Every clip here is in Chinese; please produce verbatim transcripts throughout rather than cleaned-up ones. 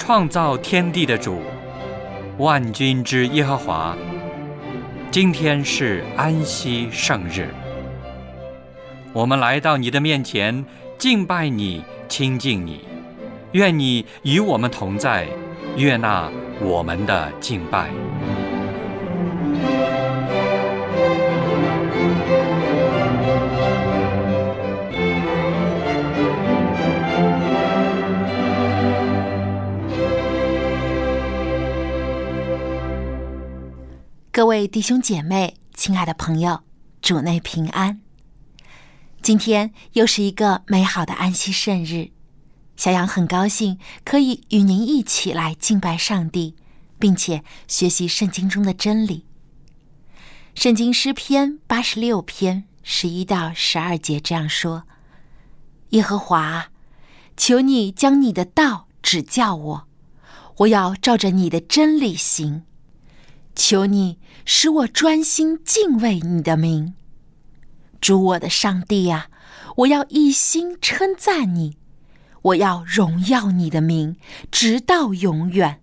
创造天地的主，万军之耶和华，今天是安息圣日。我们来到你的面前，敬拜你，亲近你。愿你与我们同在，悦纳我们的敬拜。 各位弟兄姐妹，亲爱的朋友，主内平安。今天又是一个美好的安息圣日，小杨很高兴可以与您一起来敬拜上帝，并且学习圣经中的真理。圣经诗篇八十六篇十一到十二节这样说：耶和华，求你将你的道指教我，我要照着你的真理行。求你使我专心敬畏你的名。主我的上帝啊，我要一心称赞你，我要荣耀你的名，直到永远。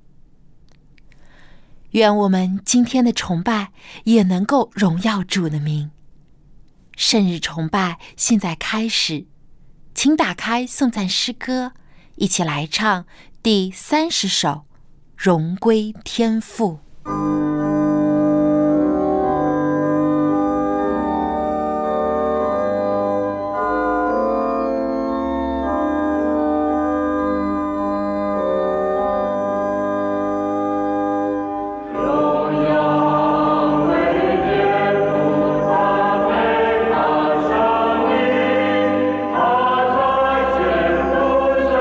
愿我们今天的崇拜也能够荣耀主的名。圣日崇拜现在开始，请打开颂赞诗歌，一起来唱第三十首《荣归天父》。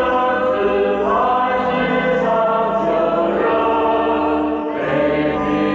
Thank you.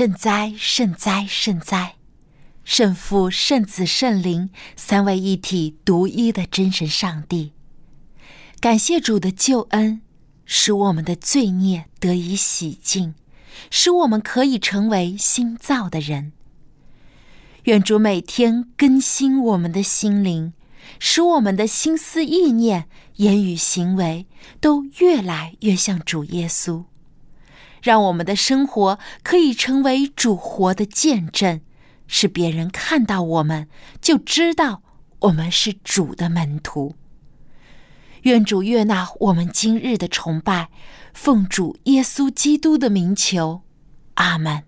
圣哉，圣哉，圣哉！圣父、圣子、圣灵，三位一体独一的真神上帝。感谢主的救恩，使我们的罪孽得以洗净，使我们可以成为新造的人。愿主每天更新我们的心灵，使我们的心思意念、言语行为都越来越像主耶稣，让我们的生活可以成为主活的见证，使别人看到我们就知道我们是主的门徒。愿主悦纳我们今日的崇拜，奉主耶稣基督的名求，阿们。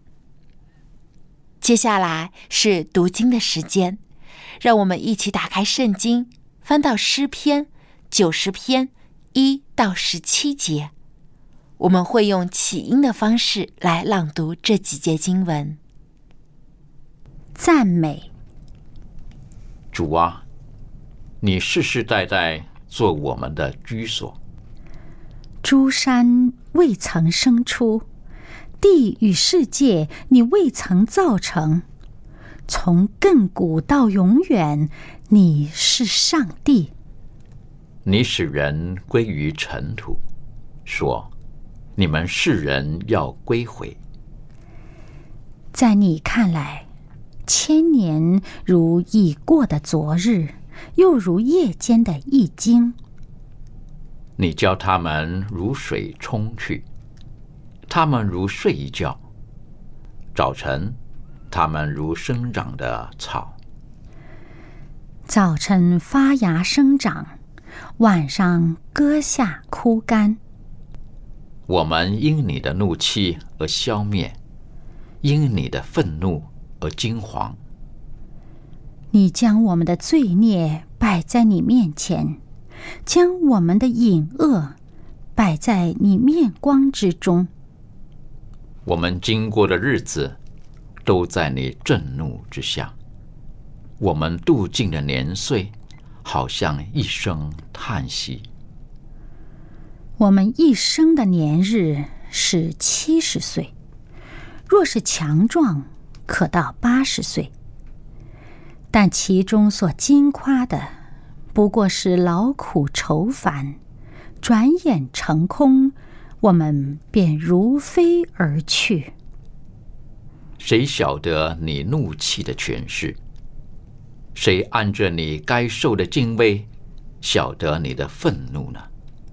接下来是读经的时间，让我们一起打开圣经，翻到诗篇九十篇一到十七节。我们会用起音的方式来朗读这几节经文。 赞美主啊，你世世代代做我们的居所。 诸山未曾生出，地与世界你未曾造成，从亘古到永远，你是上帝。 你使人归于尘土，说你们世人要归回。 在你看来，千年如已过的昨日，又如夜间的一经。 你叫他们如水冲去，他们如睡一觉。早晨，他们如生长的草。 早晨发芽生长，晚上割下枯干。 我们因你的怒气而消灭，因你的愤怒而惊惶。 你将我们的罪孽摆在你面前，将我们的隐恶摆在你面光之中。 我们经过的日子都在你震怒之下，我们度尽的年岁好像一声叹息。 我们一生的年日是七十岁，若是强壮，可到八十岁。但其中所经夸的，不过是劳苦愁烦，转眼成空，我们便如飞而去。 谁晓得你怒气的权势？谁按着你该受的敬畏，晓得你的愤怒呢？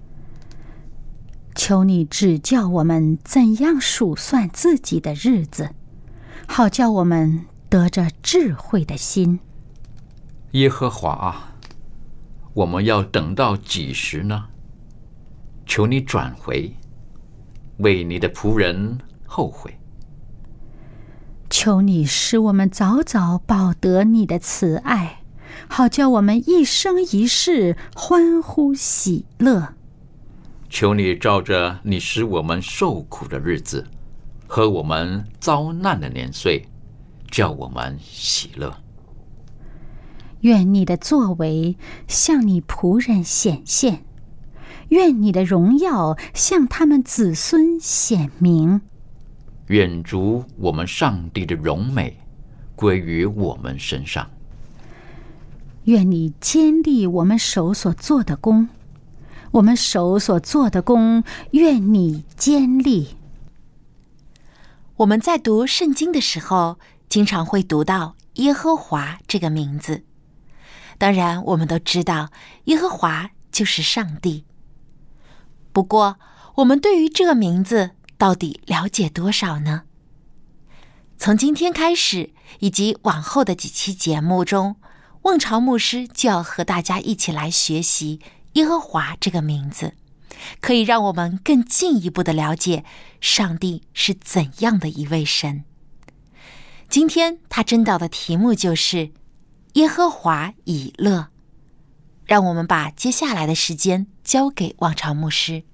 求你指教我们怎样数算自己的日子，好叫我们得着智慧的心。 耶和华啊，我们要等到几时呢？求你转回，为你的仆人后悔。 求你使我们早早报得你的慈爱，好叫我们一生一世欢呼喜乐。 求你照着你使我们受苦的日子和我们遭难的年岁，叫我们喜乐。 愿你的作为向你仆人显现，愿你的荣耀向他们子孙显明。 愿主我们上帝的荣美归于我们身上。 愿你坚立我们手所做的工，我们手所做的工，愿你坚立。 我们在读圣经的时候，经常会读到耶和华这个名字。当然，我们都知道耶和华就是上帝。不过，我们对于这个名字到底了解多少呢？从今天开始，以及往后的几期节目中，望潮牧师就要和大家一起来学习耶和华这个名字，可以让我们更进一步的了解上帝是怎样的一位神。今天他真道的题目就是耶和华以勒。让我们把接下来的时间交给望潮牧师。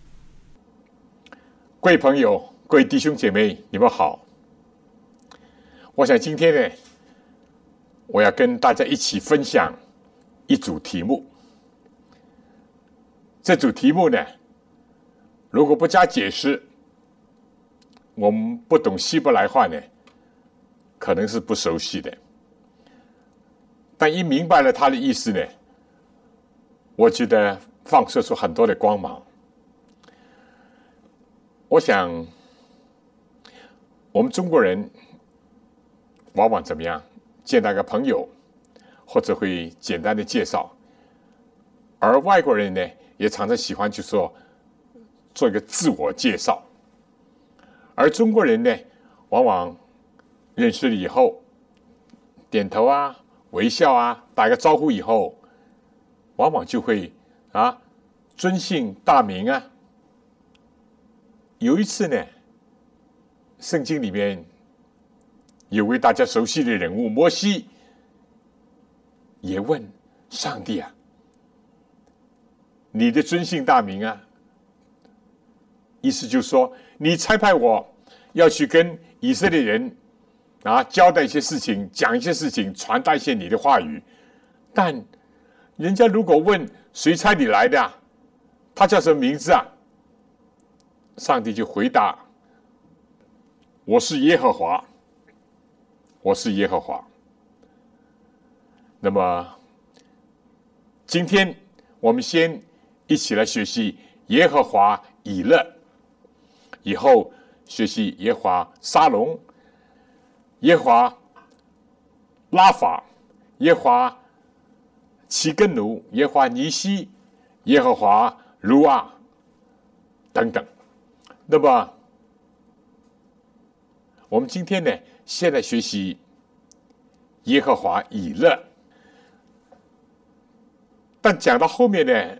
各位朋友，各位弟兄姐妹，你们好。我想今天呢，我要跟大家一起分享一组题目。这组题目呢，如果不加解释， 我们不懂希伯来话呢，可能是不熟悉的。但一明白了他的意思呢，我觉得放射出很多的光芒。我想，我们中国人往往怎么样？见到一个朋友，或者会简单的介绍，而外国人呢，也常常喜欢就说做一个自我介绍。而中国人呢，往往认识了以后，点头啊、微笑啊、打个招呼以后，往往就会啊尊姓大名啊。有一次呢，圣经里面有位大家熟悉的人物摩西，也问上帝啊，你的尊姓大名啊？意思就是说，你差派我要去跟以色列人啊交代一些事情，讲一些事情，传达一些你的话语。但人家如果问谁差你来的啊，他叫什么名字啊？上帝就回答：我是耶和华，我是耶和华。那么今天我们先一起来学习耶和华以勒，以后学习耶和华沙龙、耶和华拉法、耶和华齐根努、耶和华尼西、耶和华卢阿等等。那么我们今天呢，先来学习耶和华以勒。但讲到后面呢，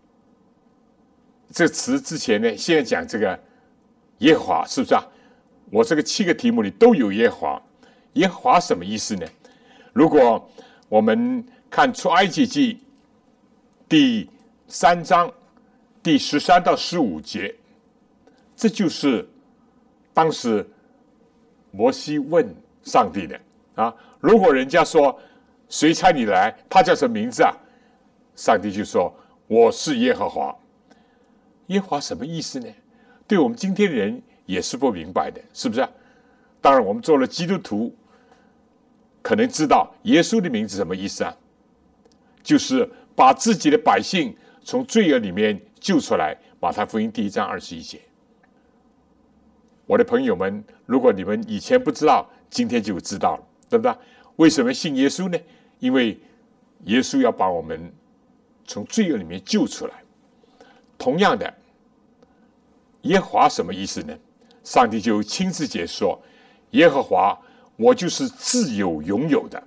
这词之前呢，先讲这个耶和华，是不是啊？我这个七个题目里都有耶和华。耶和华什么意思呢？如果我们看出埃及记第三章第十三到十五节，这就是当时摩西问上帝的啊。如果人家说谁差你来，他叫什么名字啊？上帝就说：我是耶和华。耶和华什么意思呢？对我们今天人也是不明白的，是不是啊？当然我们做了基督徒，可能知道耶稣的名字什么意思啊？就是把自己的百姓从罪恶里面救出来。马太福音第一章二十一节。我的朋友们，如果你们以前不知道，今天就知道了，对不对？为什么信耶稣呢？因为耶稣要把我们从罪恶里面救出来。同样的，耶和华什么意思呢？上帝就亲自解说：耶和华，我就是自有拥有的。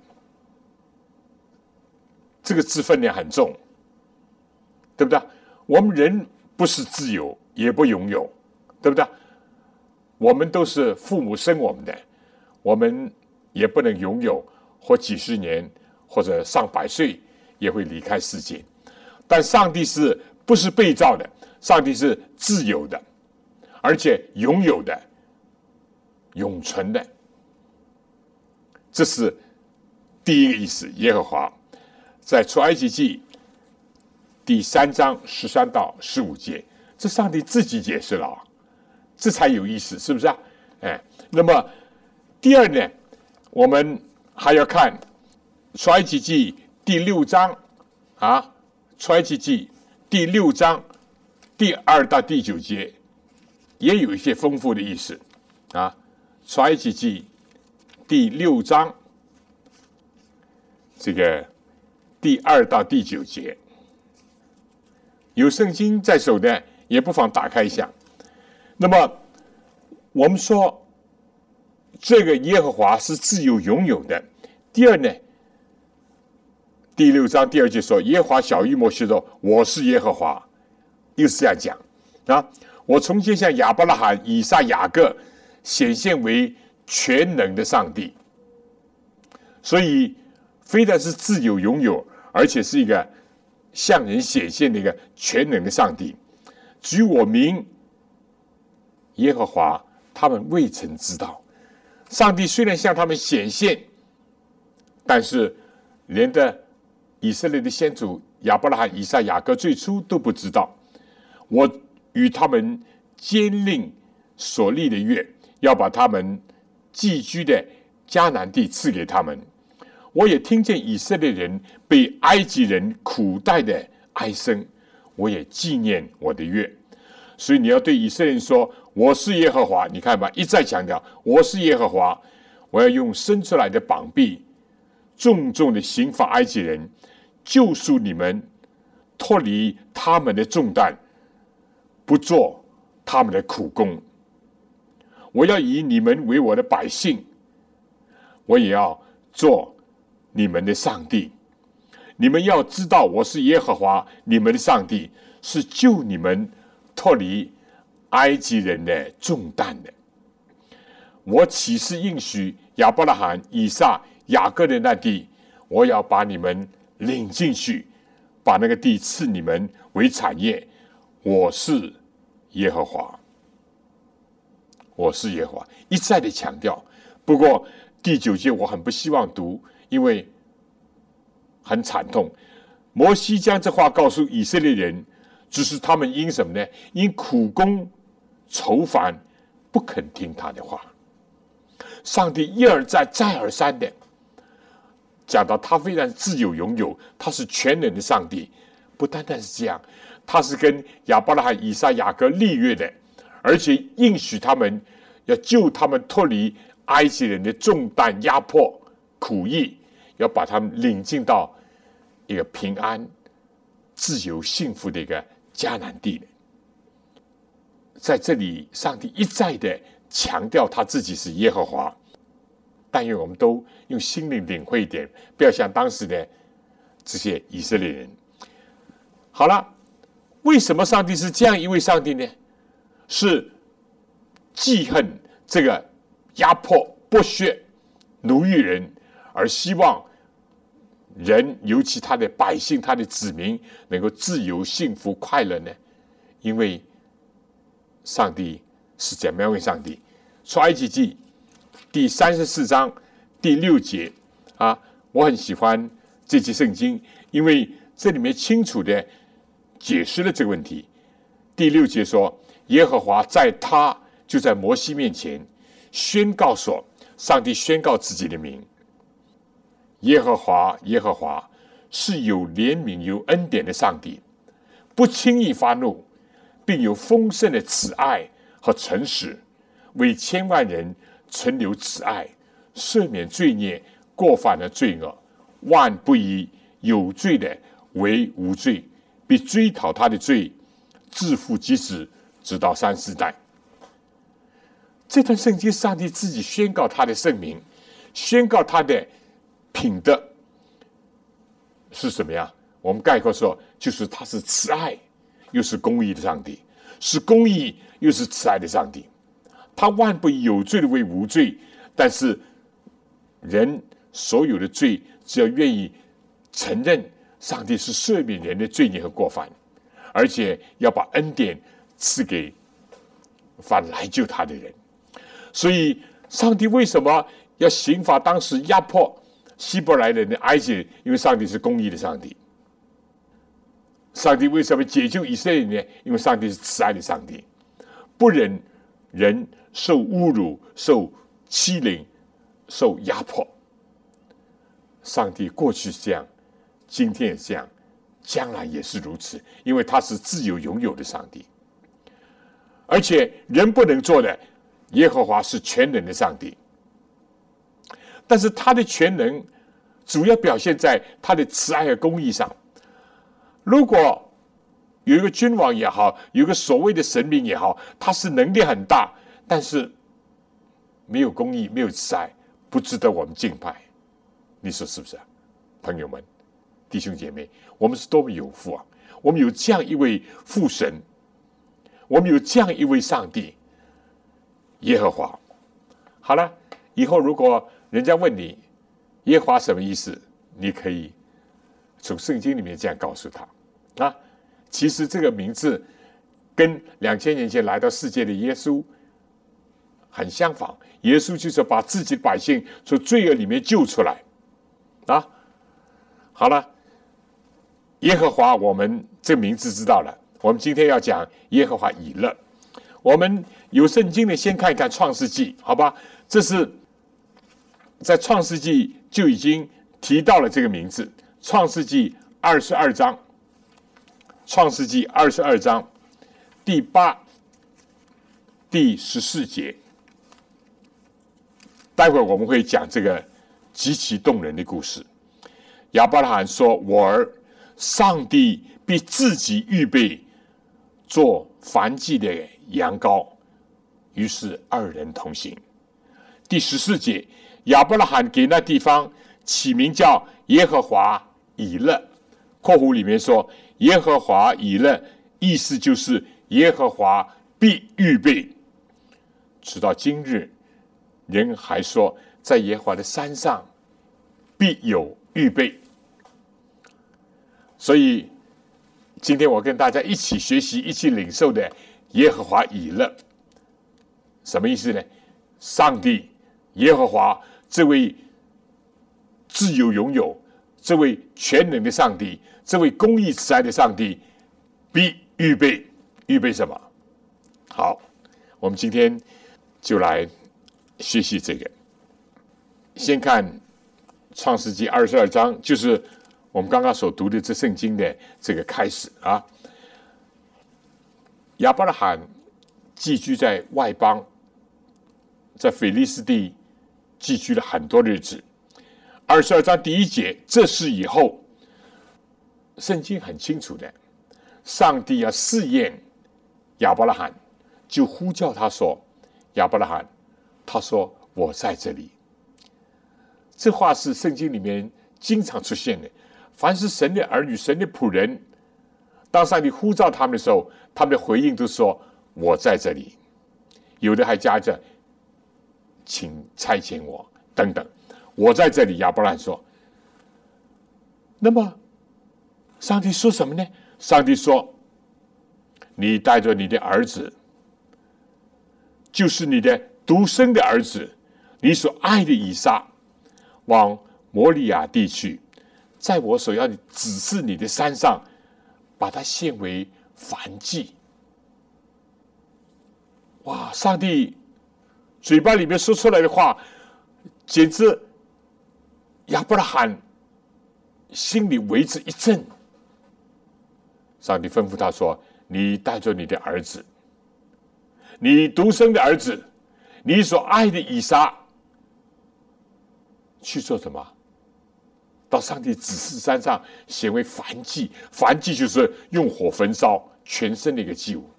这个字分量很重，对不对？我们人不是自由，也不拥有，对不对？我们都是父母生我们的，我们也不能拥有，或几十年或者上百岁也会离开世界。但上帝是不是被造的？上帝是自由的，而且拥有的、永存的。这是第一个意思。耶和华在出埃及记第三章十三到十五节，这上帝自己解释了啊，这才有意思，是不是啊？哎，那么第二呢，我们还要看出埃及记第六章啊，出埃及记第六章第二到第九节，也有一些丰富的意思啊。出埃及记第六章这个第二到第九节，有圣经在手的，也不妨打开一下。那么我们说这个耶和华是自由拥有的。第二呢，第六章第二节说，耶和华晓谕摩西说：我是耶和华。又是这样讲啊，我从前向亚伯拉罕、以撒、雅各显现为全能的上帝。所以非但是自由拥有，而且是一个向人显现的一个全能的上帝。至于我名耶和华，他们未曾知道。上帝虽然向他们显现，但是连的以色列的先祖亚伯拉罕、以撒、雅各最初都不知道。我与他们坚定所立的约， 要把他们寄居的迦南地赐给他们。我也听见以色列人被埃及人苦待的哀声，我也纪念我的约。所以你要对以色列人说，我是耶和华。你看吧，一再强调我是耶和华。我要用伸出来的膀臂重重的刑罚埃及人，救赎你们，脱离他们的重担，不做他们的苦工。我要以你们为我的百姓，我也要做你们的上帝。你们要知道，我是耶和华你们的上帝，是救你们脱离埃及人的重担的。我起誓应许亚伯拉罕、以撒、雅各的那地，我要把你们领进去，把那个地赐你们为产业。我是耶和华，我是耶和华，一再的强调。不过第九节我很不希望读，因为很惨痛。摩西将这话告诉以色列人，只是他们因什么呢？因苦工愁烦，不肯听他的话。上帝一而再再而三的讲到他非常自有拥有，他是全能的上帝。不单单是这样，他是跟亚伯拉罕、以撒、雅各立约的，而且应许他们要救他们脱离埃及人的重担、压迫、苦役，要把他们领进到一个平安、自由、幸福的一个迦南地的。在这里，上帝一再的强调他自己是耶和华，但愿我们都用心灵领会一点，不要像当时的这些以色列人。好了，为什么上帝是这样一位上帝呢？是记恨这个压迫、剥削、奴役人，而希望人，尤其他的百姓、他的子民能够自由、幸福、快乐呢？因为上帝是怎么样一位上帝？出埃及记第三十四章第六节啊，我很喜欢这节圣经，因为这里面清楚的解释了这个问题。第六节说，耶和华在他就在摩西面前宣告说，上帝宣告自己的名，耶和华耶和华是有怜悯有恩典的上帝，不轻易发怒，并有丰盛的慈爱和诚实，为千万人存留慈爱，赦免罪孽过犯的罪恶，万不以有罪的为无罪，必追讨他的罪，自父及子，直到三四代。这段圣经，上帝自己宣告他的圣名，宣告他的品德是什么呀？我们概括说，就是他是慈爱又是公义的上帝，是公义又是慈爱的上帝。他万不以有罪的为无罪，但是人所有的罪，只要愿意承认上帝是赦免人的罪孽和过犯，而且要把恩典赐给凡来救他的人。所以上帝为什么要刑罚当时压迫希伯来人的埃及人？因为上帝是公义的上帝。上帝为什么解救以色列人呢？因为上帝是慈爱的上帝，不忍人受侮辱、受欺凌、受压迫。上帝过去是这样，今天也是这样，将来也是如此，因为他是自由拥有的上帝。而且人不能做的，耶和华是全能的上帝，但是他的全能主要表现在他的慈爱和公义上。如果有一个君王也好，有一个所谓的神明也好，他是能力很大，但是没有公义，没有慈爱，不值得我们敬拜。你说是不是啊？朋友们、弟兄姐妹，我们是多么有福啊！我们有这样一位父神，我们有这样一位上帝耶和华。好了，以后如果人家问你耶和华什么意思，你可以从圣经里面这样告诉他啊。其实这个名字跟两千年前来到世界的耶稣很相仿，耶稣就是把自己的百姓从罪恶里面救出来啊。好了，耶和华我们这个名字知道了，我们今天要讲耶和华以勒。 我们有圣经的，先看一看创世纪，好吧？这是在创世纪就已经提到了这个名字。创世纪二十二章，创世纪二十二章第八、第十四节。待会儿我们会讲这个极其动人的故事。亚伯拉罕说：“我儿，上帝必自己预备做燔祭的羊羔。”于是二人同行。第十四节，亚伯拉罕给那地方起名叫耶和华以勒，括弧里面说耶和华以勒，意思就是耶和华必预备。直到今日，人还说在耶和华的山上必有预备。所以今天我跟大家一起学习，一起领受的耶和华以勒，什么意思呢？上帝耶和华这位自由拥有、这位全能的上帝，这位公义慈爱的上帝，必预备预备什么？好，我们今天就来学习这个。先看创世纪二十二章，就是我们刚刚所读的这圣经的这个开始啊。亚伯拉罕寄居在外邦，在腓利斯地寄居了很多日子。二十二章第一节，这事以后，圣经很清楚的，上帝要试验亚伯拉罕，就呼叫他说：“亚伯拉罕。”他说：“我在这里。”这话是圣经里面经常出现的。凡是神的儿女、神的仆人，当上帝呼召他们的时候，他们的回应都说：“我在这里。”有的还加着“请差遣我”等等。我在这里，亚伯拉罕说。那么，上帝说什么呢？上帝说：“你带着你的儿子，就是你的独生的儿子，你所爱的以撒，往摩利亚地去，在我所要指示你的山上，把它献为燔祭。”哇！上帝嘴巴里面说出来的话，简直亚伯拉罕心里为之一震。上帝吩咐他说：“你带着你的儿子，你独生的儿子，你所爱的以撒，去做什么？到上帝指示山上显为燔祭。燔祭就是用火焚烧全身的一个祭物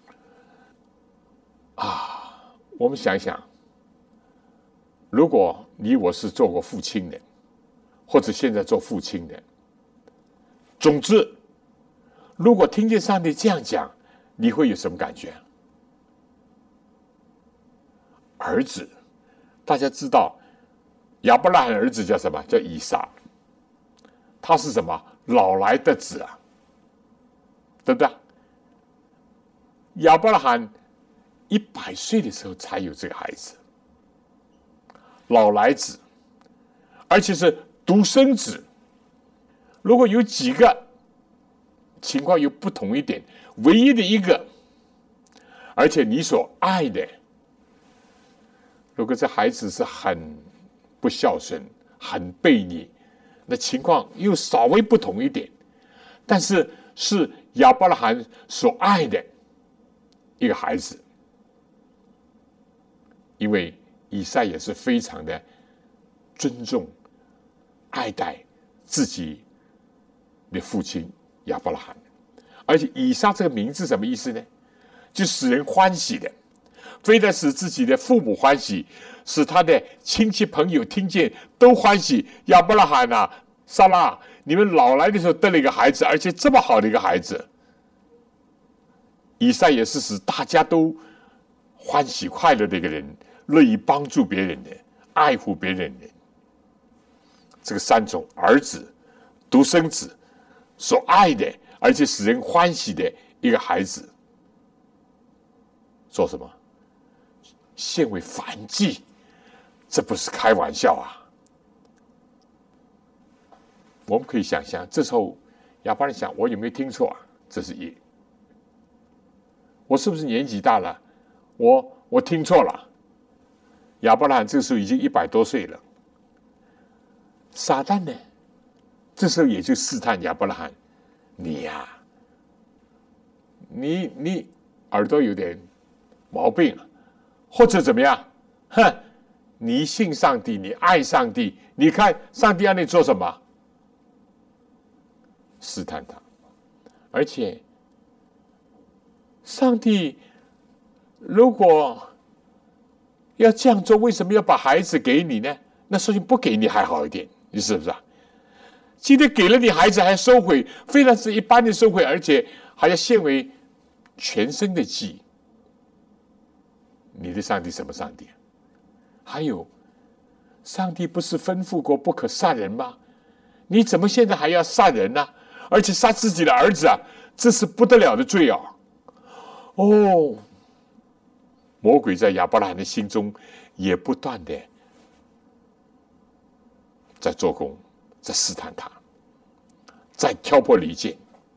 啊！我们想一想，如果你我是做过父亲的，或者现在做父亲的，总之，如果听见上帝这样讲，你会有什么感觉？儿子，大家知道，亚伯拉罕的儿子叫什么？叫以撒。他是什么？老来的子啊，对不对？亚伯拉罕一百岁的时候才有这个孩子，老来子，而且是独生子。如果有几个情况又不同一点，唯一的一个，而且你所爱的，如果这孩子是很不孝顺、很悖逆，那情况又稍微不同一点，但是是亚伯拉罕所爱的一个孩子，因为以撒也是非常的尊重、爱戴自己的父亲亚伯拉罕，而且以撒这个名字什么意思呢？就使人欢喜的，非但使自己的父母欢喜，使他的亲戚朋友听见都欢喜。亚伯拉罕啊，撒拉，你们老来的时候得了一个孩子，而且这么好的一个孩子。以撒也是使大家都欢喜快乐的一个人，乐意帮助别人的，爱护别人的。这个三种儿子、独生子所爱的，而且使人欢喜的一个孩子，做什么？献为燔祭，这不是开玩笑啊！我们可以想象，这时候亚伯拉罕想：我有没有听错啊？这是一，我是不是年纪大了， 我我听错了。亚伯拉罕这时候已经一百多岁了。撒旦呢，这时候也就试探亚伯拉罕：你呀、啊，你你耳朵有点毛病啊，或者怎么样？哼，你信上帝，你爱上帝，你看上帝让你做什么？试探他，而且上帝如果要这样做，为什么要把孩子给你呢？那说不给你还好一点，你是不是啊？今天给了你孩子还收回，非但是一般的收回，而且还要献为全身的祭。你的上帝什么上帝？还有，上帝不是吩咐过不可杀人吗？你怎么现在还要杀人呢？而且杀自己的儿子啊，这是不得了的罪啊！哦，魔鬼在亚伯拉罕的心中也不断的在做工，在试探他，在挑拨离间。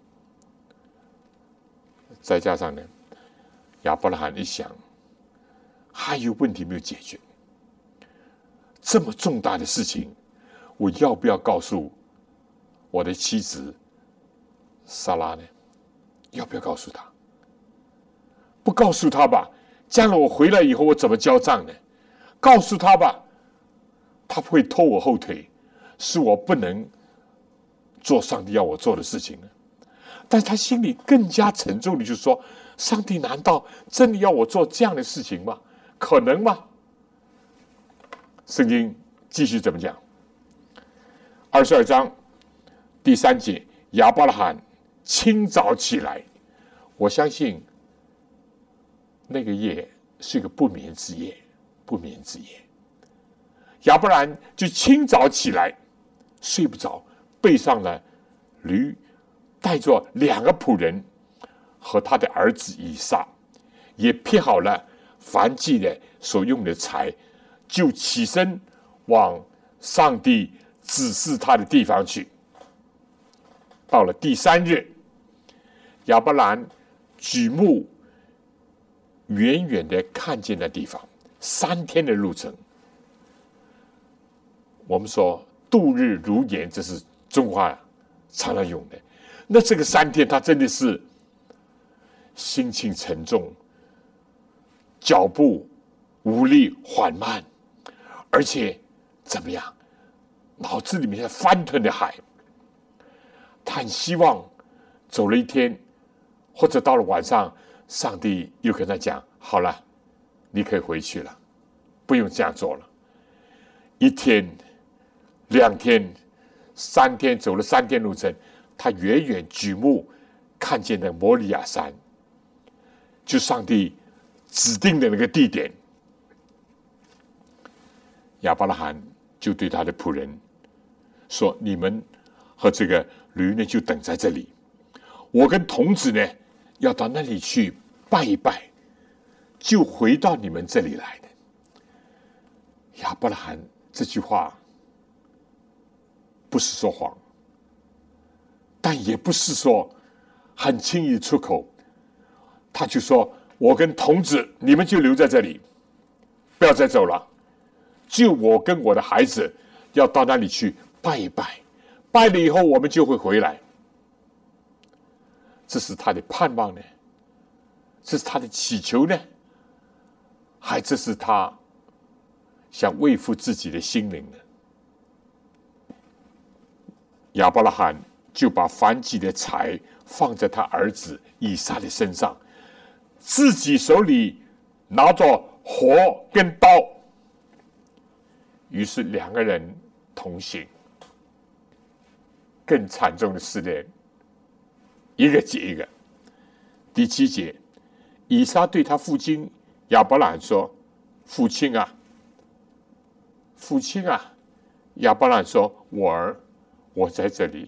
再加上呢，亚伯拉罕一想，还有问题没有解决，这么重大的事情，我要不要告诉我的妻子撒拉呢？要不要告诉他？不告诉他吧，将来我回来以后我怎么交账呢？告诉他吧，他会拖我后腿，使我不能做上帝要我做的事情呢。但是他心里更加沉重的就是说，上帝难道真的要我做这样的事情吗？可能吗？圣经继续怎么讲？二十二章第三节，亚伯拉罕清早起来，我相信那个夜是一个不眠之夜，不眠之夜。亚伯拉罕就清早起来，睡不着，背上了驴，带着两个仆人和他的儿子以撒，也劈好了燔祭的所用的柴，就起身往上帝指示他的地方去。到了第三日，亚伯兰举目远远的看见那地方，三天的路程。我们说度日如年，这是中华常常用的。那这个三天，他真的是心情沉重，脚步无力缓慢，而且怎么样，脑子里面在翻腾的海。他很希望走了一天，或者到了晚上，上帝又跟他讲：好了，你可以回去了，不用这样做了。一天、两天、三天，走了三天路程，他远远举目看见那摩利亚山，就上帝指定的那个地点。亚伯拉罕就对他的仆人说：你们和这个驴呢，就等在这里，我跟童子呢要到那里去拜一拜，就回到你们这里来的。亚伯拉罕这句话不是说谎，但也不是说很轻易出口，他就说：我跟童子，你们就留在这里，不要再走了，就我跟我的孩子要到那里去拜一拜，拜了以后我们就会回来。这是他的盼望呢？这是他的祈求呢？还这是他想慰抚自己的心灵呢？亚伯拉罕就把燔祭的柴放在他儿子以撒的身上，自己手里拿着火跟刀，于是两个人同行。更惨重的试炼，一个接一个。第七节，以撒对他父亲亚伯拉罕说：父亲啊，父亲啊！亚伯拉罕说：我儿，我在这里。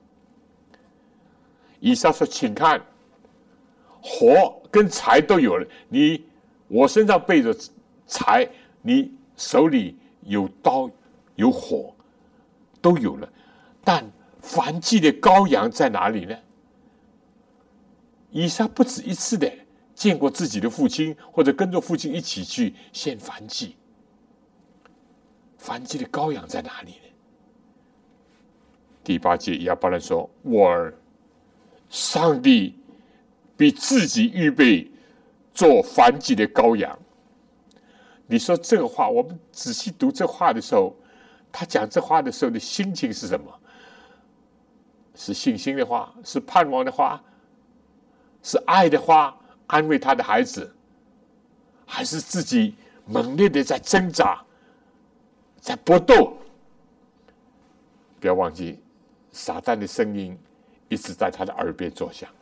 以撒说：请看，火跟柴都有了，你我身上背着柴，你手里有刀有火，都有了，但燔祭的羔羊在哪里呢？以撒不止一次的见过自己的父亲，或者跟着父亲一起去献燔祭。燔祭的羔羊在哪里呢？第八节，亚伯兰说：“我儿，上帝比自己预备做燔祭的羔羊。”你说这个话，我们仔细读这话的时候，他讲这话的时候的心情是什么？是信心的话，是盼望的话，是爱的话，安慰他的孩子，还是自己猛烈的在挣扎，在搏斗？不要忘记，撒旦的声音一直在他的耳边作响。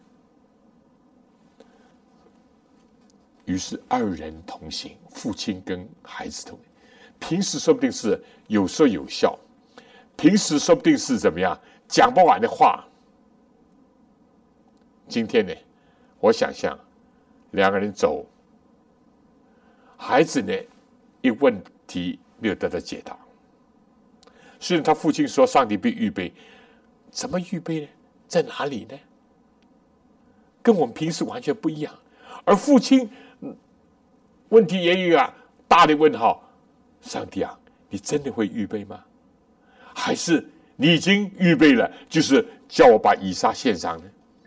于是二人同行，父亲跟孩子同行。平时说不定是有说有笑，平时说不定是怎么样讲不完的话。今天呢，我想象两个人走，孩子呢一个问题没有得到解答。虽然他父亲说上帝必预备，怎么预备呢？在哪里呢？跟我们平时完全不一样。而父亲问题也有一个大的问号：上帝啊，你真的会预备吗？还是你已经预备了，就是叫我把以撒献上呢？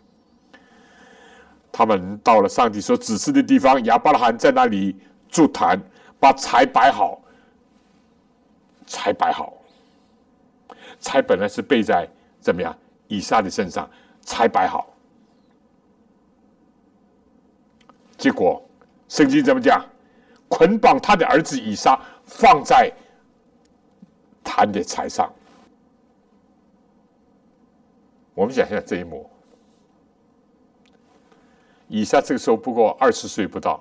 他们到了上帝所指示的地方，亚伯拉罕在那里筑坛，把柴摆好。柴摆好，柴本来是备在怎么样以撒的身上，柴摆好。结果圣经怎么讲？捆绑他的儿子以撒，放在坛的柴上。我们想想这一幕，以撒这个时候不过二十岁不到，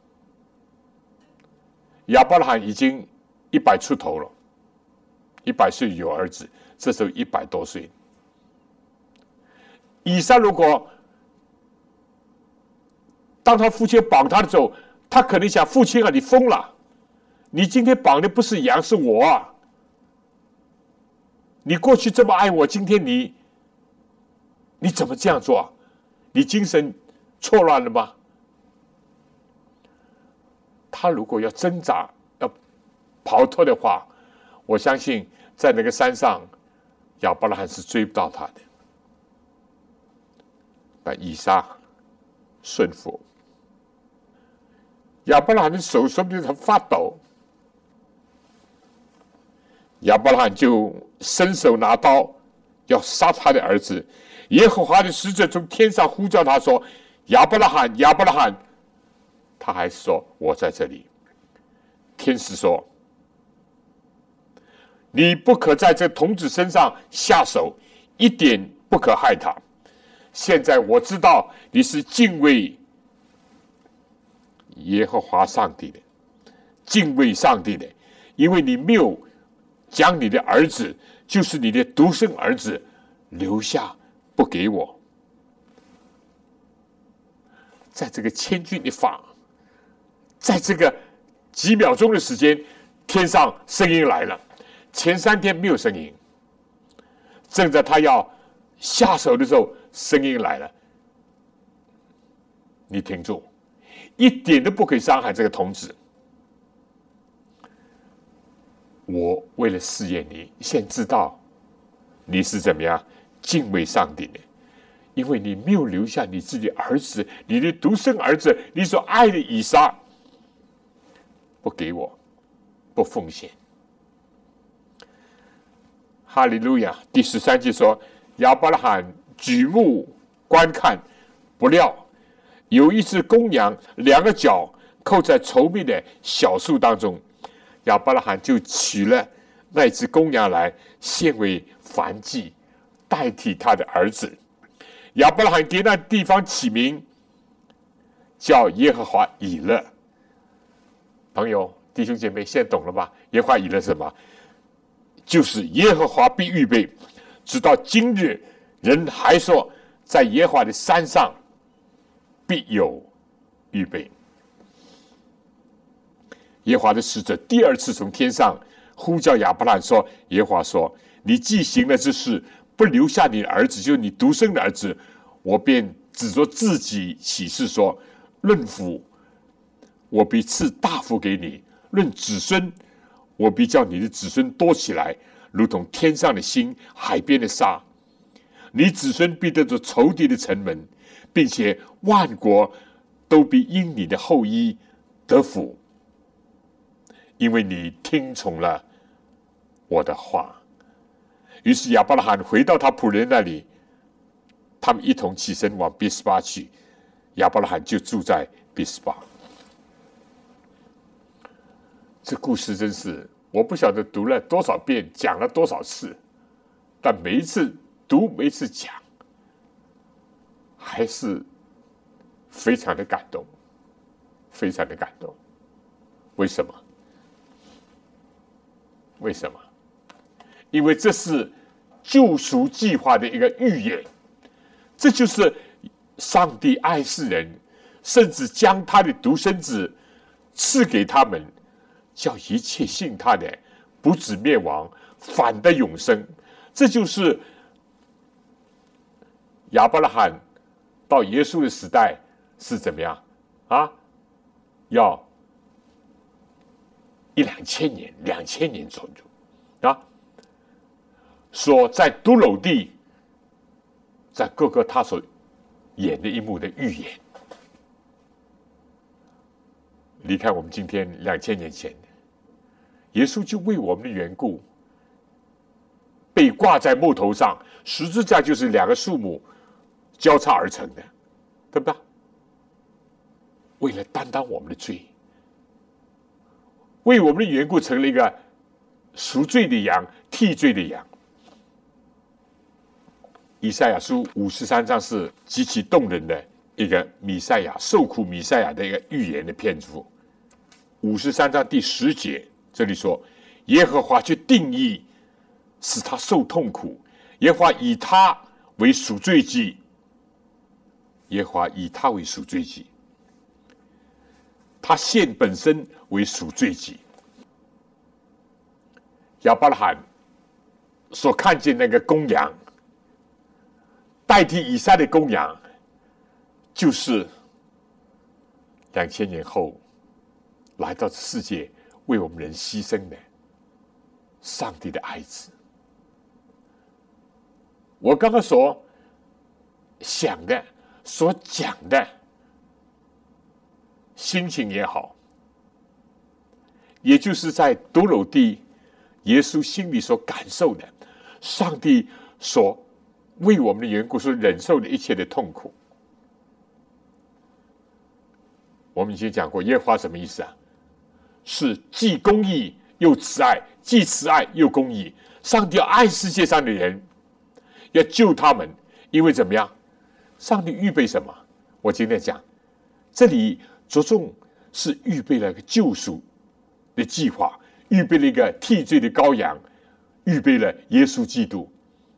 亚伯拉罕已经一百出头了，一百岁有儿子，这时候一百多岁。以撒如果当他父亲绑他的时候，他可能想：父亲啊，你疯了！你今天绑的不是羊，是我啊！你过去这么爱我，今天你你怎么这样做啊？你精神错乱了吗？他如果要挣扎、要逃脱的话，我相信在那个山上，亚伯拉罕是追不到他的。那以撒顺服。亚伯拉罕的手说不定他发抖，亚伯拉罕就伸手拿刀要杀他的儿子。耶和华的使者从天上呼叫他说：“亚伯拉罕，亚伯拉罕！”他还说：“我在这里。”天使说：“你不可在这童子身上下手，一点不可害他。现在我知道你是敬畏耶和华上帝的，敬畏上帝的，因为你没有将你的儿子，就是你的独生儿子留下不给我。”在这个千钧一发，在这个几秒钟的时间，天上声音来了。前三天没有声音，正在他要下手的时候，声音来了。你听住，一点都不可以伤害这个童子。我为了试验你，先知道你是怎么样敬畏上帝的，因为你没有留下你自己儿子，你的独生儿子，你所爱的以撒，不给我，不奉献。哈利路亚！第十三节说，亚伯拉罕举目观看，不料有一只公羊，两个角扣在稠密的小树当中。亚伯拉罕就取了那只公羊来献为燔祭，代替他的儿子。亚伯拉罕给那地方起名叫耶和华以勒。朋友弟兄姐妹，现在懂了吧？耶和华以勒是什么？就是耶和华必预备，直到今日，人还说在耶和华的山上必有预备。耶和华的使者第二次从天上呼叫亚伯拉罕说：“耶和华说，你既行了这事，不留下你的儿子，就是你独生的儿子，我便指着自己起誓说， 论福，我必赐大福给你；论子孙，我必叫你的子孙多起来，如同天上的星、海边的沙。你子孙必得着仇敌的城门，并且万国都必因你的后裔得福，因为你听从了我的话。于是亚伯拉罕回到他仆人那里，他们一同起身往比斯巴去。亚伯拉罕就住在比斯巴。这故事真是我不晓得读了多少遍，讲了多少次，但每一次读，每一次讲，还是非常的感动，非常的感动。为什么？为什么？因为这是救赎计划的一个预言，这就是上帝爱世人，甚至将他的独生子赐给他们，叫一切信他的不止灭亡，反得永生。这就是亚伯拉罕到耶稣的时代是怎么样啊？要一两千年，两千年左右啊。说在都楼地，在各个他所演的一幕的预言。离开我们今天两千年前，耶稣就为我们的缘故被挂在木头上，十字架就是两个树木交叉而成的，对不对？为了担当我们的罪，为我们的缘故成了一个赎罪的羊，替罪的羊。以赛亚书五十三章是极其动人的一个弥赛亚受苦弥赛亚的一个预言的篇幅。五十三章第十节，这里说：耶和华去定义，使他受痛苦；耶和华以他为赎罪祭，耶和华以他为赎罪祭，他献本身为赎罪祭。亚伯拉罕所看见那个公羊，代替以撒的公羊，就是两千年后来到世界为我们人牺牲的上帝的爱子。我刚刚所想的、所讲的心情也好，也就是在都楼地耶稣心里所感受的，上帝所为我们的缘故所忍受的一切的痛苦。我们以前讲过，耶和华什么意思啊？是既公义又慈爱，既慈爱又公义。上帝要爱世界上的人，要救他们，因为怎么样？上帝预备什么？我今天讲，这里着重是预备了一个救赎的计划，预备了一个替罪的羔羊，预备了耶稣基督。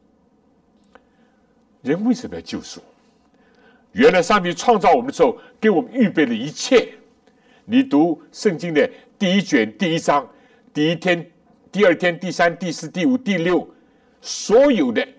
人为什么要救赎？原来上帝创造我们的时候，给我们预备了一切。你读圣经的第一卷第一章，第一天、第二天、第三、第四、第五、第六，所有的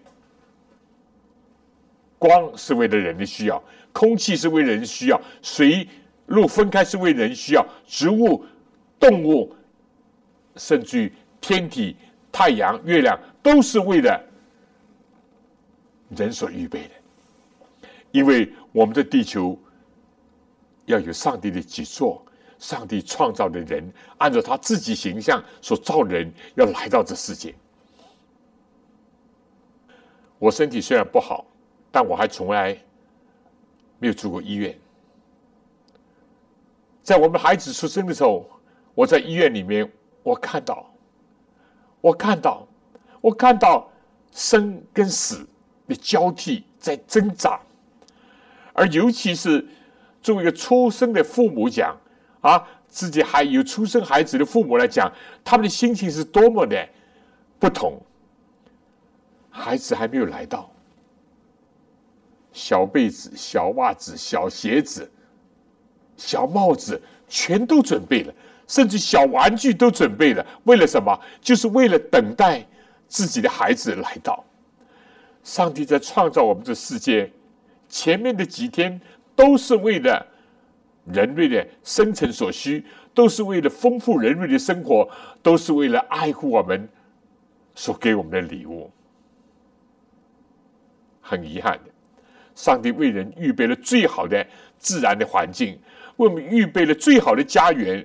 光是为了人的需要，空气是为了人的需要，水陆分开是为了人需要，植物、动物，甚至于天体、太阳、月亮，都是为了人所预备的。因为我们的地球要有上帝的杰作，上帝创造的人按照他自己形象所造的人要来到这世界。我身体虽然不好，但我还从来没有住过医院。在我们孩子出生的时候，我在医院里面，我看到我看到我看到生跟死的交替在挣扎。而尤其是作为一个出生的父母讲啊，自己还有出生孩子的父母来讲，他们的心情是多么的不同。孩子还没有来到，小被子、小袜子、小鞋子、小帽子全都准备了，甚至小玩具都准备了。为了什么？就是为了等待自己的孩子来到。上帝在创造我们这世界前面的几天都是为了人类的生存所需，都是为了丰富人类的生活，都是为了爱护我们所给我们的礼物。很遗憾的，上帝为人预备了最好的自然的环境，为我们预备了最好的家园，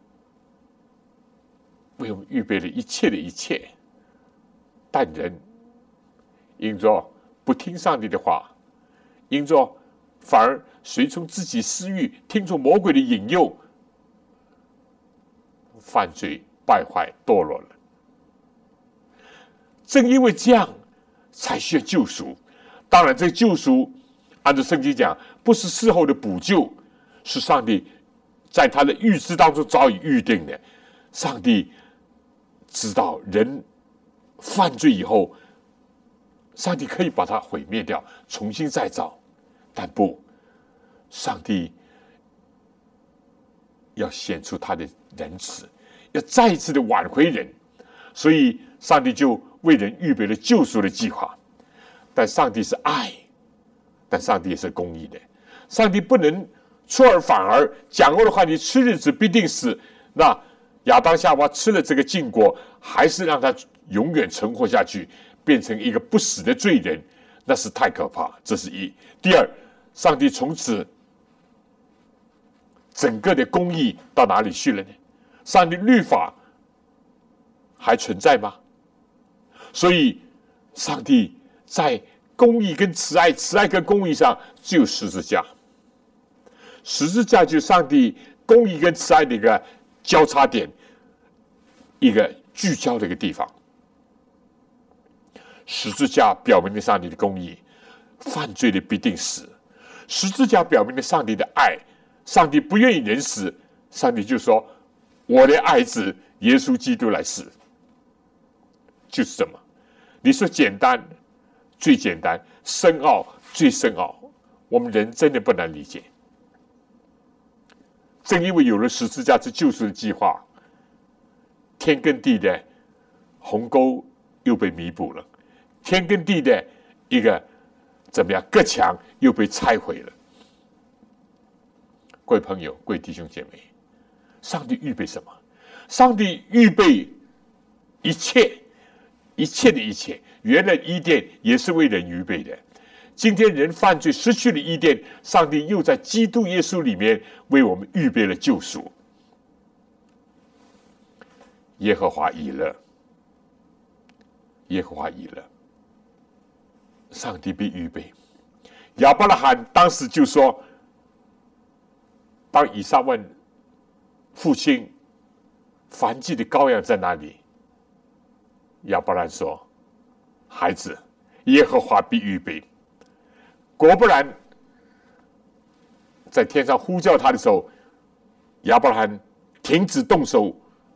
为我们预备了一切的一切，但人因着不听上帝的话，因着反而随从自己私欲，听从魔鬼的引诱，犯罪败坏堕落了。正因为这样，才需要救赎。当然，这个救赎按照圣经讲，不是事后的补救，是上帝在他的预知当中早已预定的。上帝知道人犯罪以后，上帝可以把它毁灭掉，重新再造，但不，上帝要显出他的仁慈，要再一次的挽回人，所以上帝就为人预备了救赎的计划。但上帝是爱，但上帝也是公义的。上帝不能出尔反尔，讲过的话，你吃日子必定死。那亚当夏娃吃了这个禁果，还是让他永远存活下去，变成一个不死的罪人，那是太可怕。这是一。第二，上帝从此整个的公义到哪里去了呢？上帝律法还存在吗？所以上帝在公义跟慈爱、慈爱跟公义上只有十字架，十字架就是上帝公义跟慈爱的一个交叉点，一个聚焦的一个地方。十字架表明了上帝的公义，犯罪的必定死；十字架表明了上帝的爱，上帝不愿意人死，上帝就说：“我的爱子耶稣基督来死。”就是这么。你说简单，最简单；深奥，最深奥。我们人真的不难理解。正因为有了十字架之救赎的计划，天跟地的鸿沟又被弥补了，天跟地的一个怎么样隔墙又被拆毁了。各位朋友，各位弟兄姐妹，上帝预备什么？上帝预备一切。一切的一切，原来伊甸也是为人预备的。今天人犯罪失去了伊甸，上帝又在基督耶稣里面为我们预备了救赎。耶和华以勒，耶和华以勒，上帝必预备。亚伯拉罕当时就说，当以撒问父亲燔祭的羔羊在哪里，亚伯兰说：“孩子，耶和华必预备。”果不然，在天上呼叫他的时候，亚伯拉罕停止动手，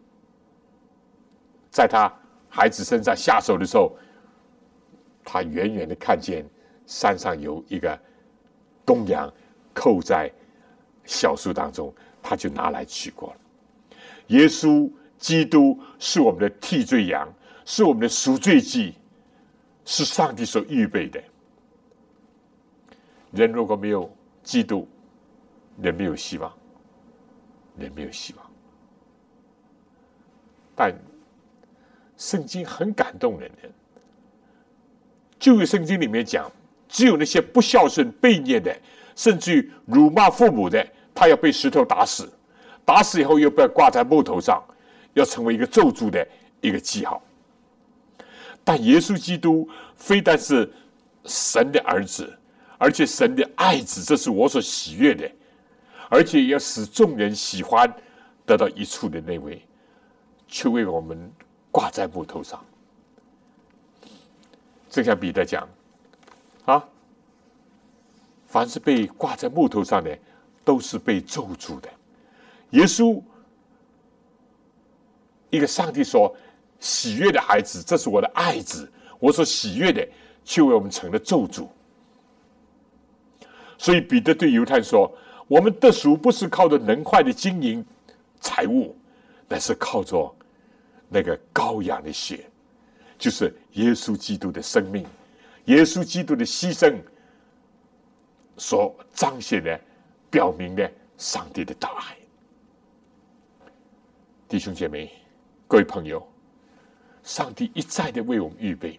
在他孩子身上下手的时候，他远远的看见山上有一个公羊扣在小树当中，他就拿来取过了。耶稣基督是我们的替罪羊，是我们的赎罪祭，是上帝所预备的。人如果没有基督，人没有希望，人没有希望。但圣经很感动人的，旧约圣经里面讲，只有那些不孝顺、悖逆的，甚至于辱骂父母的，他要被石头打死，打死以后又被挂在木头上，要成为一个咒诅的一个记号。但耶稣基督非但是神的儿子，而且神的爱子，这是我所喜悦的，而且要使众人喜欢得到益处的那位，却为我们挂在木头上。正像彼得讲啊，凡是被挂在木头上的，都是被咒诅的。耶稣，一个上帝所喜悦的孩子，这是我的爱子，我所喜悦的，却为我们成了咒诅。所以彼得对犹太人说：“我们得赎不是靠着能坏的金银财物，乃是靠着那个羔羊的血，就是耶稣基督的生命，耶稣基督的牺牲所彰显的、表明的上帝的大爱。弟兄姐妹，各位朋友，上帝一再的为我们预备。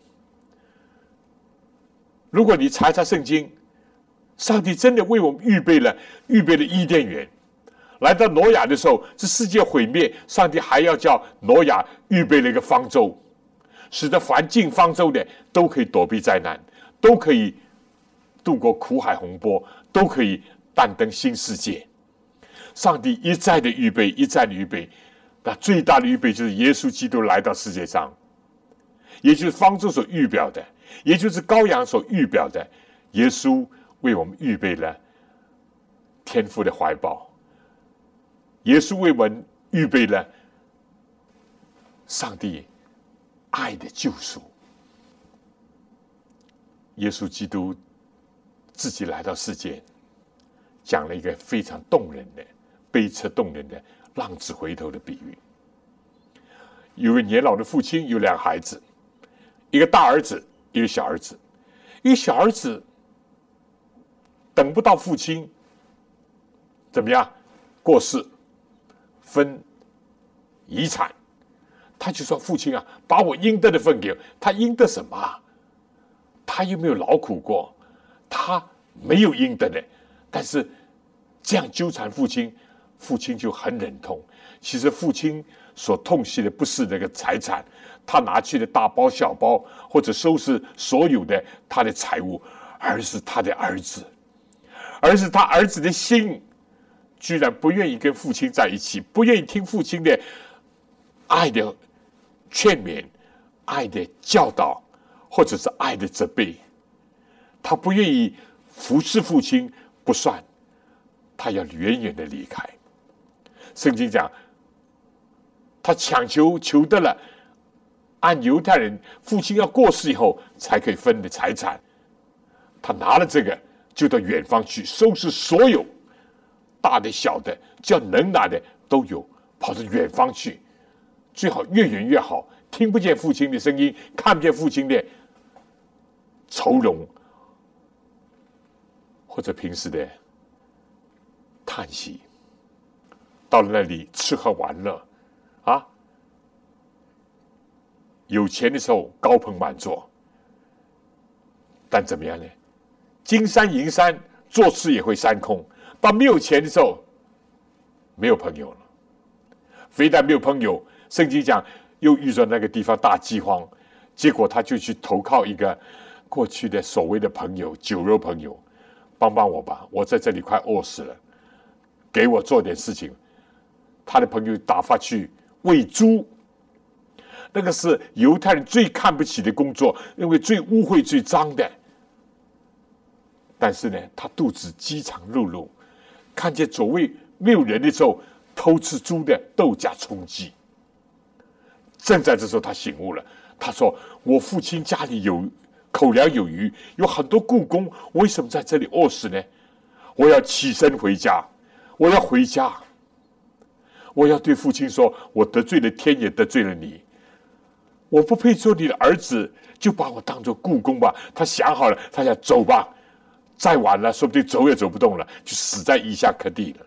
如果你查一查圣经，上帝真的为我们预备了预备了伊甸园。来到挪亚的时候，这世界毁灭，上帝还要叫挪亚预备了一个方舟，使得凡进方舟的都可以躲避灾难，都可以渡过苦海洪波，都可以但登新世界。上帝一再的预备，一再的预备，那最大的预备就是耶稣基督来到世界上，也就是方舟所预表的，也就是羔羊所预表的。耶稣为我们预备了天父的怀抱，耶稣为我们预备了上帝爱的救赎。耶稣基督自己来到世界，讲了一个非常动人的、悲切动人的浪子回头的比喻。有位年老的父亲，有两个孩子，一个大儿子，一个小儿子。一个小儿子等不到父亲怎么样过世分遗产，他就说：“父亲啊，把我应得的分给我。”他应得什么啊？他又没有劳苦过，他没有应得的。但是这样纠缠父亲，父亲就很忍痛。其实父亲所痛惜的不是那个财产，他拿去的大包小包或者收拾所有的他的财物，而是他的儿子，而是他儿子的心居然不愿意跟父亲在一起，不愿意听父亲的爱的劝勉、爱的教导，或者是爱的责备。他不愿意服侍父亲不算，他要远远的离开。圣经讲，他强求求得了，按犹太人父亲要过世以后才可以分的财产，他拿了这个就到远方去收拾所有大的小的，只要能拿的都有，跑到远方去，最好越远越好，听不见父亲的声音，看不见父亲的愁容，或者平时的叹息。到了那里吃喝玩乐啊，有钱的时候高朋满座，但怎么样呢？金山银山做事也会三空。到没有钱的时候，没有朋友了。非但没有朋友，圣经讲又遇到那个地方大饥荒，结果他就去投靠一个过去的所谓的朋友，酒肉朋友，帮帮我吧，我在这里快饿死了，给我做点事情。他的朋友打发去喂猪，那个是犹太人最看不起的工作，因为最污秽、最脏的。但是呢，他肚子饥肠辘辘，看见周围没有人的时候，偷吃猪的豆荚充饥。正在这时候，他醒悟了，他说：“我父亲家里有口粮有余，有很多雇工，为什么在这里饿死呢？我要起身回家，我要回家。我要对父亲说，我得罪了天，也得罪了你。我不配做你的儿子，就把我当作雇工吧。”他想好了，他想走吧，再晚了，说不定走也走不动了，就死在伊夏克地了。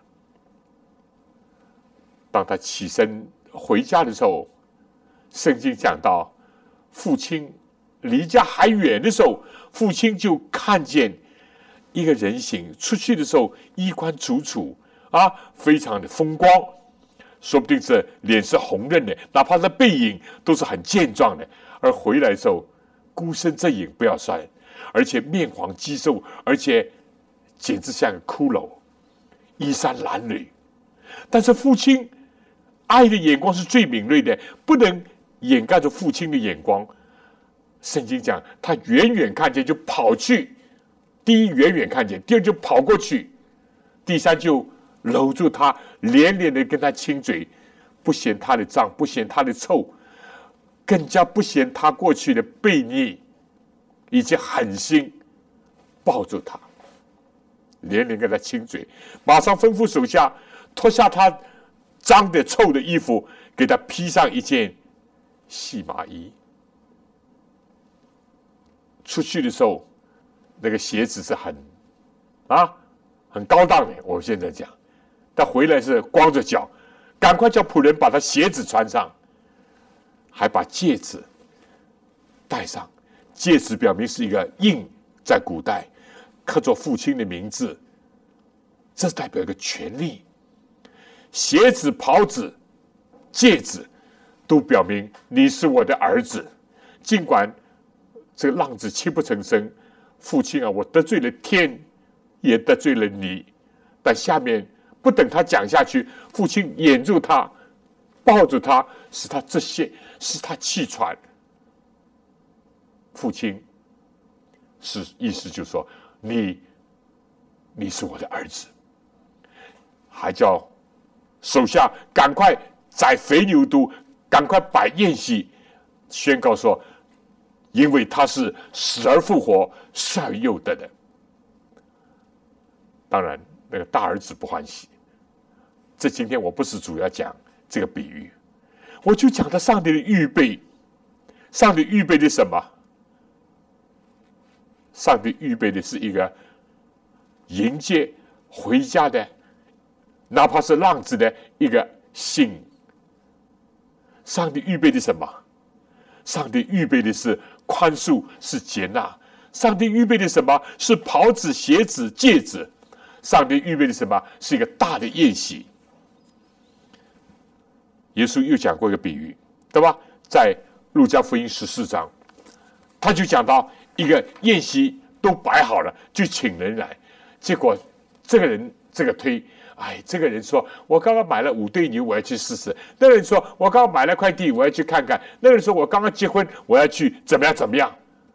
当他起身回家的时候，圣经讲到，父亲离家还远的时候，父亲就看见一个人形出去的时候，衣冠楚楚啊，非常的风光。说不定是脸是红润的，哪怕是背影都是很健壮的。而回来的时候，孤身这影不要算，而且面黄肌瘦，而且简直像个骷髅，衣衫褴褛。但是父亲爱的眼光是最敏锐的，不能掩盖住父亲的眼光。圣经讲，他远远看见就跑去，第一远远看见，第二就跑过去，第三就搂住他，连连的跟他亲嘴，不嫌他的脏，不嫌他的臭，更加不嫌他过去的悖逆以及狠心，抱住他，连连跟他亲嘴，马上吩咐手下脱下他脏的臭的衣服，给他披上一件细麻衣。出去的时候，那个鞋子是很啊很高档的，我们现在讲。 他回来是光着脚，赶快叫仆人把他鞋子穿上，还把戒指戴上。戒指表明是一个印，在古代刻着父亲的名字，这代表一个权利。鞋子、袍子、戒指都表明你是我的儿子。尽管这个浪子泣不成声，父亲啊，我得罪了天，也得罪了你。但下面不等他讲下去，父亲掩住他，抱住他，使他窒息，使他气喘。父亲是意思就是说，你你是我的儿子，还叫手下赶快宰肥牛犊，赶快摆宴席，宣告说，因为他是死而复活，生而又得的。当然，那个大儿子不欢喜。这今天我不是主要讲这个比喻，我就讲到上帝的预备。上帝预备的什么？上帝预备的是一个迎接回家的，哪怕是浪子的一个心。上帝预备的什么？上帝预备的是宽恕，是接纳。上帝预备的什么？是袍子、鞋子、戒指。上帝预备的什么？是一个大的宴席。耶稣又讲过一个比喻，对吧？在路加福音十四章，他就讲到一个宴席都摆好了，就请人来，结果这个人这个推，哎，这个人说我刚刚买了五对牛，我要去试试；那个人说我刚刚买了块地，我要去看看；那个人说我刚刚结婚，我要去怎么样怎么样。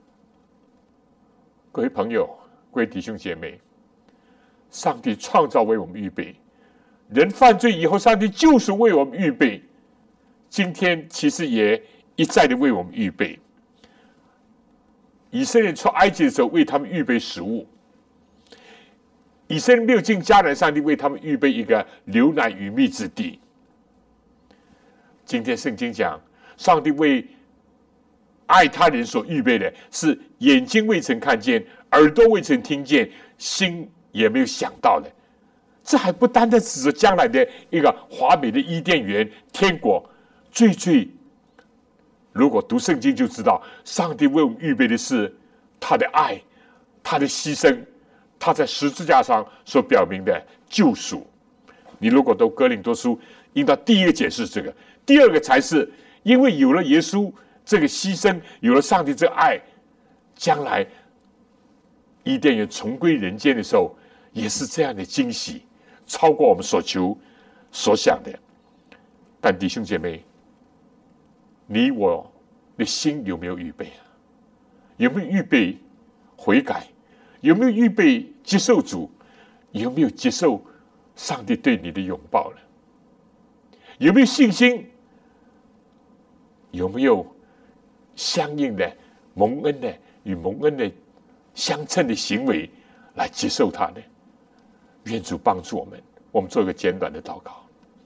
各位朋友，各位弟兄姐妹，上帝创造为我们预备，人犯罪以后，上帝就是为我们预备。今天其实也一再的为我们预备。以色列出埃及的时候，为他们预备食物；以色列没有进迦南，上帝为他们预备一个流奶与蜜之地。今天圣经讲，上帝为爱他人所预备的是眼睛未曾看见，耳朵未曾听见，心也没有想到的。这还不单单只是将来的一个华美的伊甸园天国，最最如果读圣经就知道，上帝为我们预备的是他的爱，他的牺牲，他在十字架上所表明的救赎。你如果读哥林多书，应当第一个解释这个，第二个才是因为有了耶稣这个牺牲，有了上帝这个爱，将来伊甸园重归人间的时候，也是这样的惊喜，超过我们所求所想的。但弟兄姐妹，你我的心有没有预备啊？有没有预备悔改？有没有预备接受主？有没有接受上帝对你的拥抱呢？有没有信心？有没有相应的蒙恩的与蒙恩的相称的行为来接受他呢？愿主帮助我们。我们做一个简短的祷告。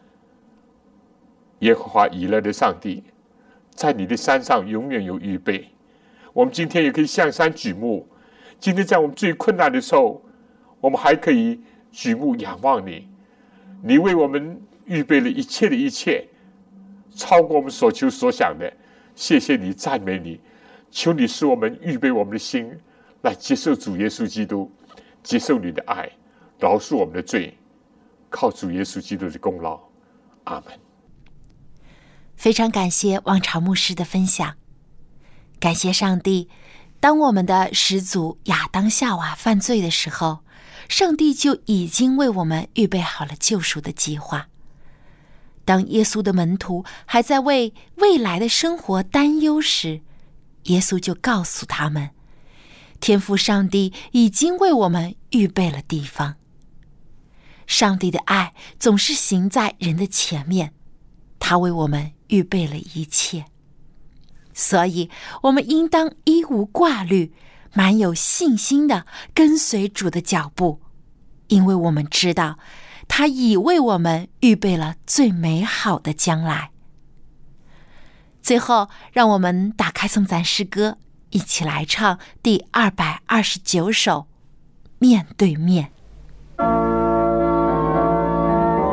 耶和华以勒的上帝，在你的山上永远有预备。我们今天也可以向山举目。今天在我们最困难的时候，我们还可以举目仰望你。你为我们预备了一切的一切，超过我们所求所想的。谢谢你，赞美你。求你使我们预备我们的心，来接受主耶稣基督，接受你的爱，饶恕我们的罪，靠主耶稣基督的功劳。阿们。 非常感谢王朝牧师的分享。感谢上帝，当我们的始祖亚当夏娃犯罪的时候，上帝就已经为我们预备好了救赎的计划。当耶稣的门徒还在为未来的生活担忧时，耶稣就告诉他们，天父上帝已经为我们预备了地方。上帝的爱总是行在人的前面，他为我们预备了一切。所以我们应当一无挂虑，满有信心地跟随主的脚步，因为我们知道他已为我们预备了最美好的将来。最后，让我们打开颂赞诗歌，一起来唱第二百二十九首《面对面》。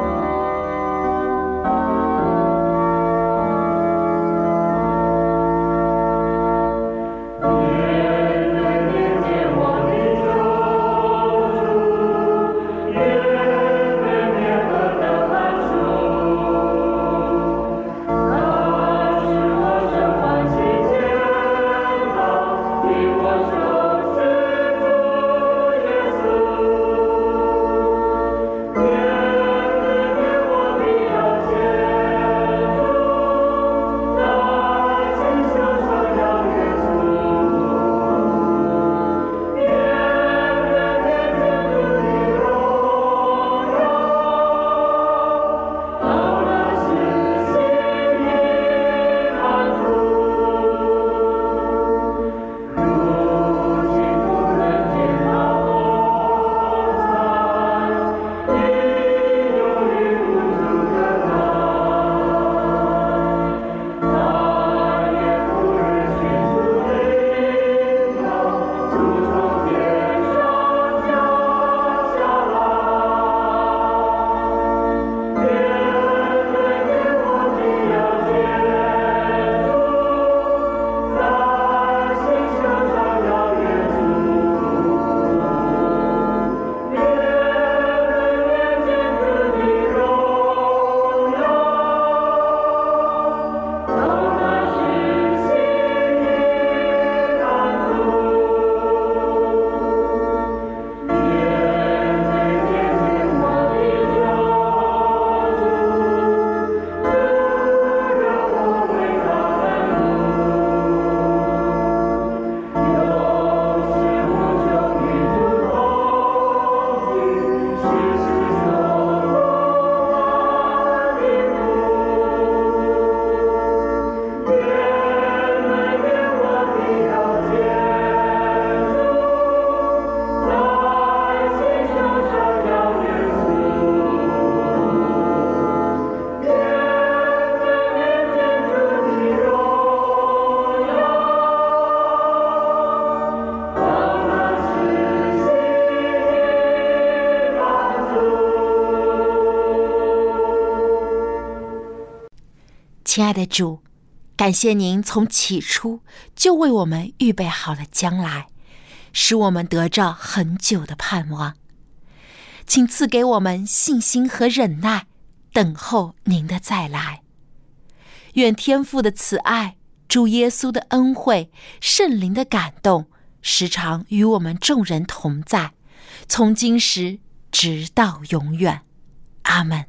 亲爱的主，感谢您从起初就为我们预备好了将来，使我们得着很久的盼望。请赐给我们信心和忍耐，等候您的再来。愿天父的慈爱、主耶稣的恩惠、圣灵的感动，时常与我们众人同在，从今时直到永远。阿们。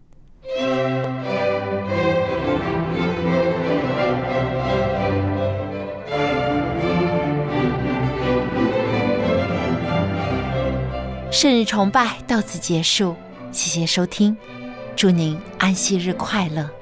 圣日崇拜到此结束，谢谢收听，祝您安息日快乐。